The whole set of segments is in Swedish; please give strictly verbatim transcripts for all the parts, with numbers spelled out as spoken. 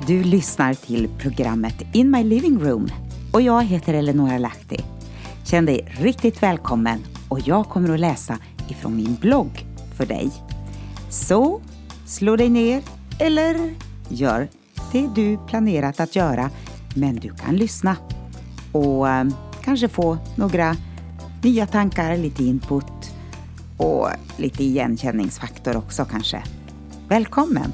Du lyssnar till programmet In My Living Room och jag heter Eleonora Lahti. Känn dig riktigt välkommen och jag kommer att läsa ifrån min blogg för dig. Så slå dig ner eller gör det du planerat att göra, men du kan lyssna och eh, kanske få några nya tankar, lite input och lite igenkänningsfaktor också kanske. Välkommen!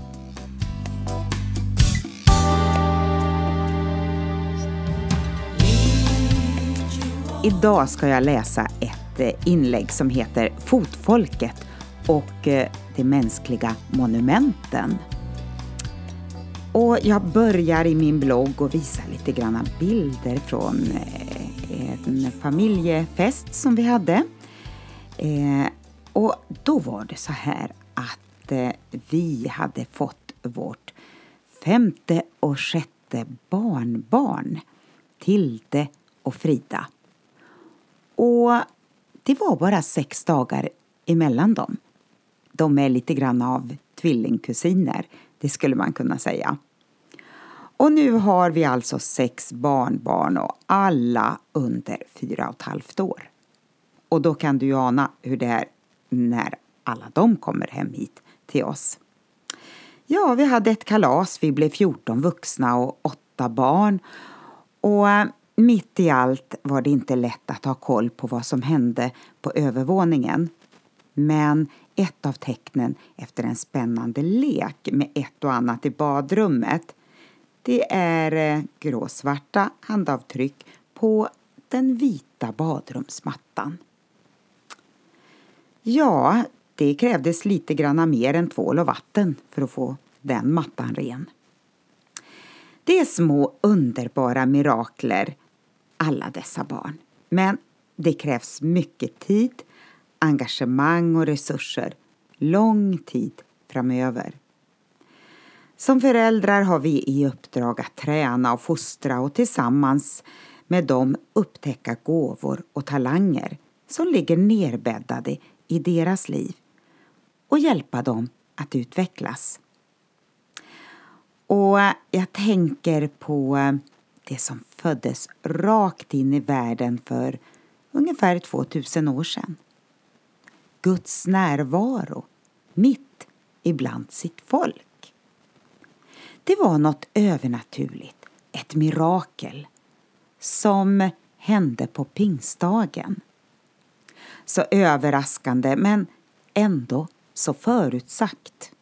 Idag ska jag läsa ett inlägg som heter Fotfolket och de mänskliga monumenten. Och jag börjar i min blogg och visar lite grann bilder från en familjefest som vi hade. Och då var det så här att vi hade fått vårt femte och sjätte barnbarn, Tilde och Frida. Och det var bara sex dagar emellan dem. De är lite grann av tvillingkusiner, det skulle man kunna säga. Och nu har vi alltså sex barnbarn och alla under fyra och ett halvt år. Och då kan du ju ana hur det är när alla de kommer hem hit till oss. Ja, vi hade ett kalas, vi blev fjorton vuxna och åtta barn. Och mitt i allt var det inte lätt att ha koll på vad som hände på övervåningen. Men ett av tecknen efter en spännande lek med ett och annat i badrummet, det är gråsvarta handavtryck på den vita badrumsmattan. Ja, det krävdes lite granna mer än tvål och vatten för att få den mattan ren. Det är små underbara mirakler, alla dessa barn. Men det krävs mycket tid, engagemang och resurser, lång tid framöver. Som föräldrar har vi i uppdrag att träna och fostra och tillsammans med dem upptäcka gåvor och talanger som ligger nerbäddade i deras liv och hjälpa dem att utvecklas. Och jag tänker på det som föddes rakt in i världen för ungefär tvåtusen år sedan. Guds närvaro mitt ibland sitt folk. Det var något övernaturligt, ett mirakel som hände på pingstdagen. Så överraskande men ändå så förutsagt.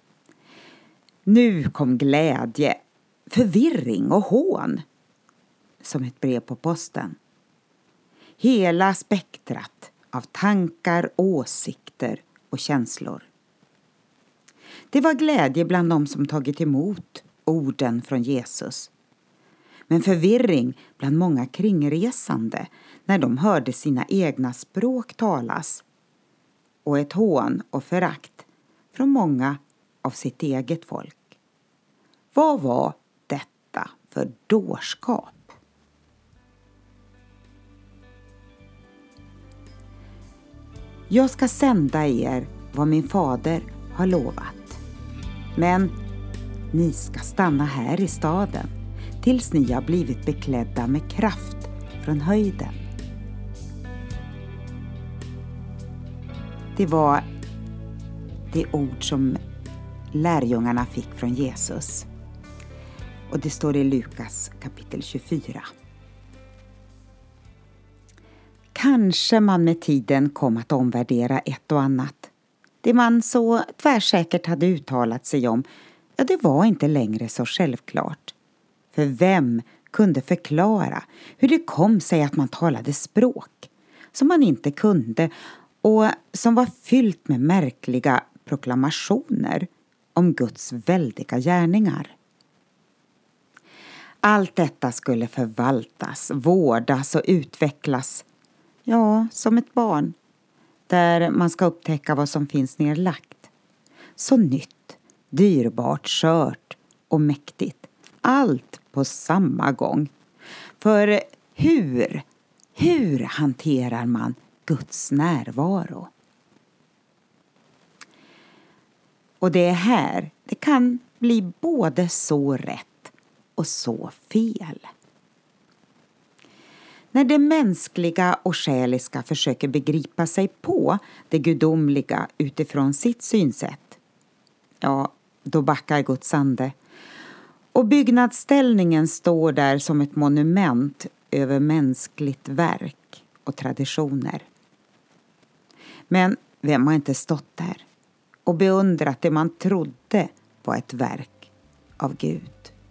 Nu kom glädje, förvirring och hån som ett brev på posten. Hela spektrat av tankar, åsikter och känslor. Det var glädje bland de som tagit emot orden från Jesus. Men förvirring bland många kringresande när de hörde sina egna språk talas. Och ett hån och förakt från många av sitt eget folk. Vad var detta för dårskap? Jag ska sända er vad min fader har lovat. Men ni ska stanna här i staden tills ni har blivit beklädda med kraft från höjden. Det var det ord som lärjungarna fick från Jesus. Och det står i Lukas kapitel tjugofyra. Kanske man med tiden kom att omvärdera ett och annat. Det man så tvärsäkert hade uttalat sig om, ja, det var inte längre så självklart. För vem kunde förklara hur det kom sig att man talade språk som man inte kunde och som var fyllt med märkliga proklamationer om Guds väldiga gärningar? Allt detta skulle förvaltas, vårdas och utvecklas, ja, som ett barn, där man ska upptäcka vad som finns nedlagt. Så nytt, dyrbart, skört och mäktigt. Allt på samma gång. För hur, hur hanterar man Guds närvaro? Och det är här det kan bli både så rätt och så fel. När det mänskliga och själiska försöker begripa sig på det gudomliga utifrån sitt synsätt, ja, då backar Guds ande. Och byggnadsställningen står där som ett monument över mänskligt verk och traditioner. Men vem har inte stått där och beundrat det man trodde var ett verk av Gud?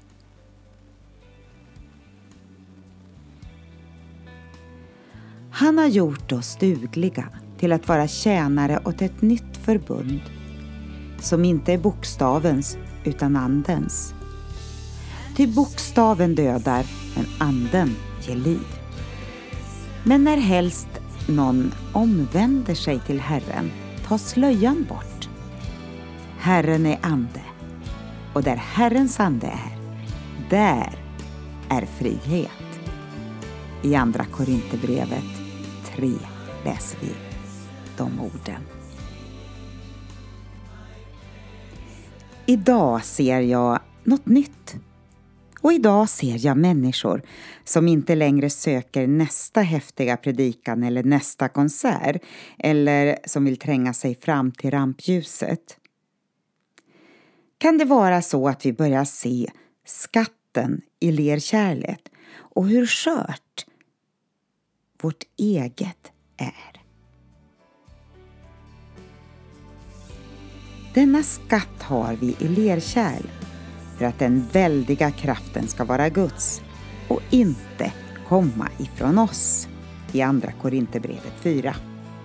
Han har gjort oss dugliga till att vara tjänare åt ett nytt förbund som inte är bokstavens utan andens. Ty bokstaven dödar, men anden ger liv. Men när helst någon omvänder sig till Herren, tar slöjan bort. Herren är ande, och där Herrens ande är, där är frihet. I andra Korinthierbrevet tre läser vi de orden. Idag ser jag något nytt. Och idag ser jag människor som inte längre söker nästa häftiga predikan eller nästa konsert eller som vill tränga sig fram till rampljuset. Kan det vara så att vi börjar se skatten i lerkärlet och hur skört vårt eget är? Denna skatt har vi i lerkärl för att den väldiga kraften ska vara Guds och inte komma ifrån oss. I andra Korinthierbrevet fyra.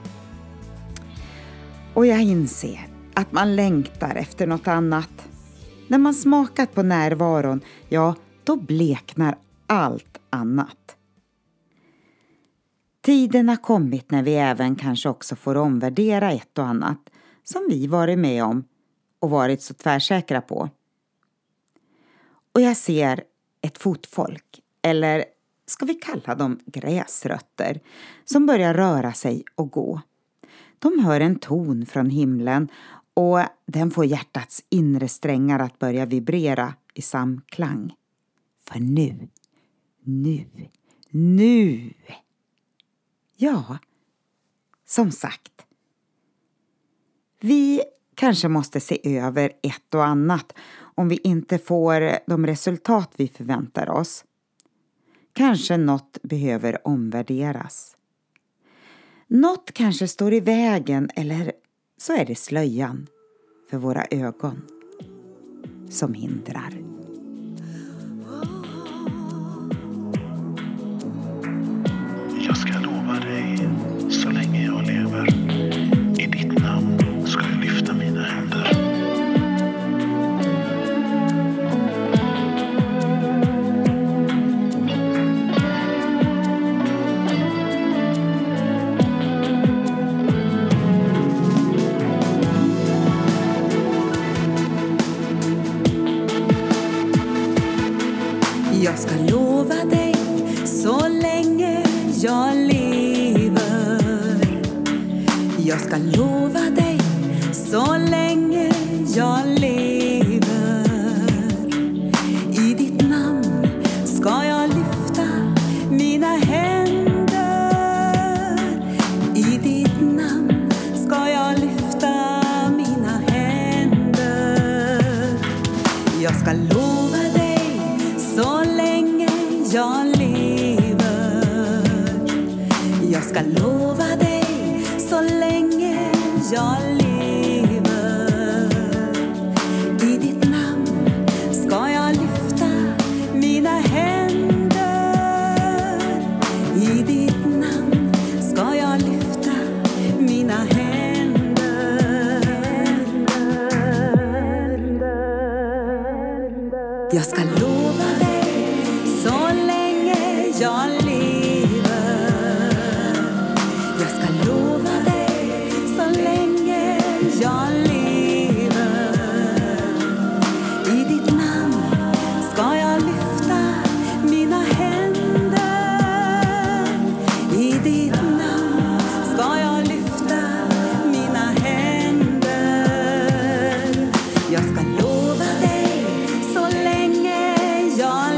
Och jag inser att man längtar efter något annat. När man smakat på närvaron, ja, då bleknar allt annat. Tiden har kommit när vi även kanske också får omvärdera ett och annat som vi varit med om och varit så tvärsäkra på. Och jag ser ett fotfolk, eller ska vi kalla dem gräsrötter, som börjar röra sig och gå. De hör en ton från himlen och den får hjärtats inre strängar att börja vibrera i samklang. För nu, nu, nu. Ja, som sagt. Vi kanske måste se över ett och annat om vi inte får de resultat vi förväntar oss. Kanske något behöver omvärderas. Något kanske står i vägen, eller så är det slöjan för våra ögon som hindrar. Jag ska lova dig så länge jag lever. I ditt namn ska jag lyfta mina händer. Jag ska lova dig så länge jag lever. Jag ska lova dig så länge jag lever. I ditt namn ska jag lyfta mina händer. I ditt namn ska jag lyfta mina händer. Jag ska lova dig så länge jag lever. Jag ska lova dig så länge jag lever. I ditt namn ska jag lyfta mina händer. I ditt namn ska jag lyfta mina händer. Jag ska lova dig så länge jag lever. Jag ska lova dig så länge jag lever. I ditt namn ska jag lyfta mina händer. I ditt namn ska jag lyfta mina händer. Jag ska lova dig så länge jag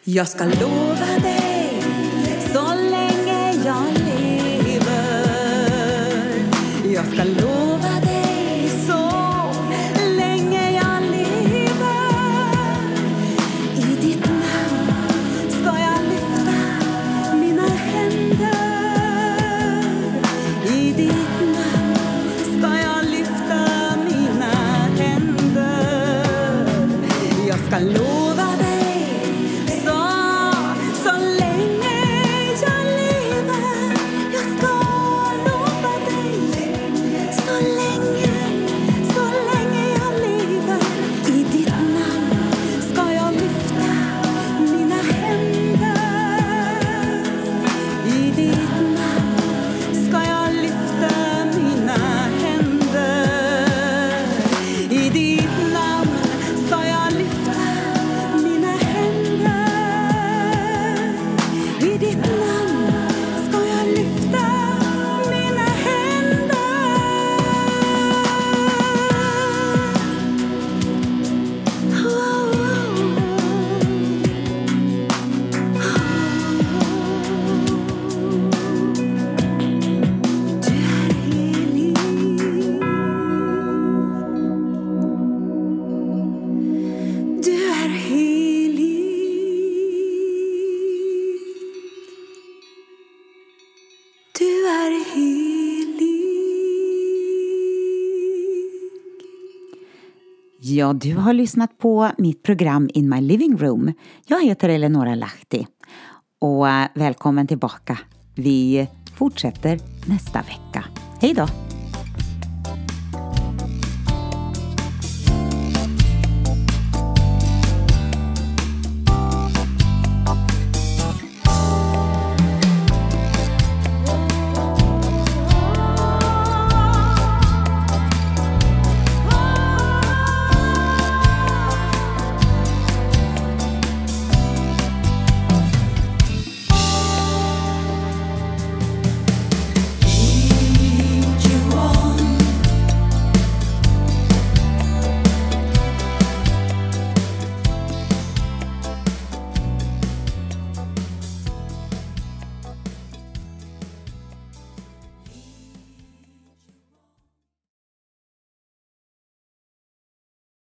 Jag ska lova dig så länge jag lever. Jag ska lova dig så länge jag lever. I ditt namn ska jag lyfta mina händer. I ditt namn ska jag lyfta mina händer. Jag ska lova dig Ja, du har lyssnat på mitt program In My Living Room. Jag heter Eleonora Lahti och välkommen tillbaka. Vi fortsätter nästa vecka. Hej då!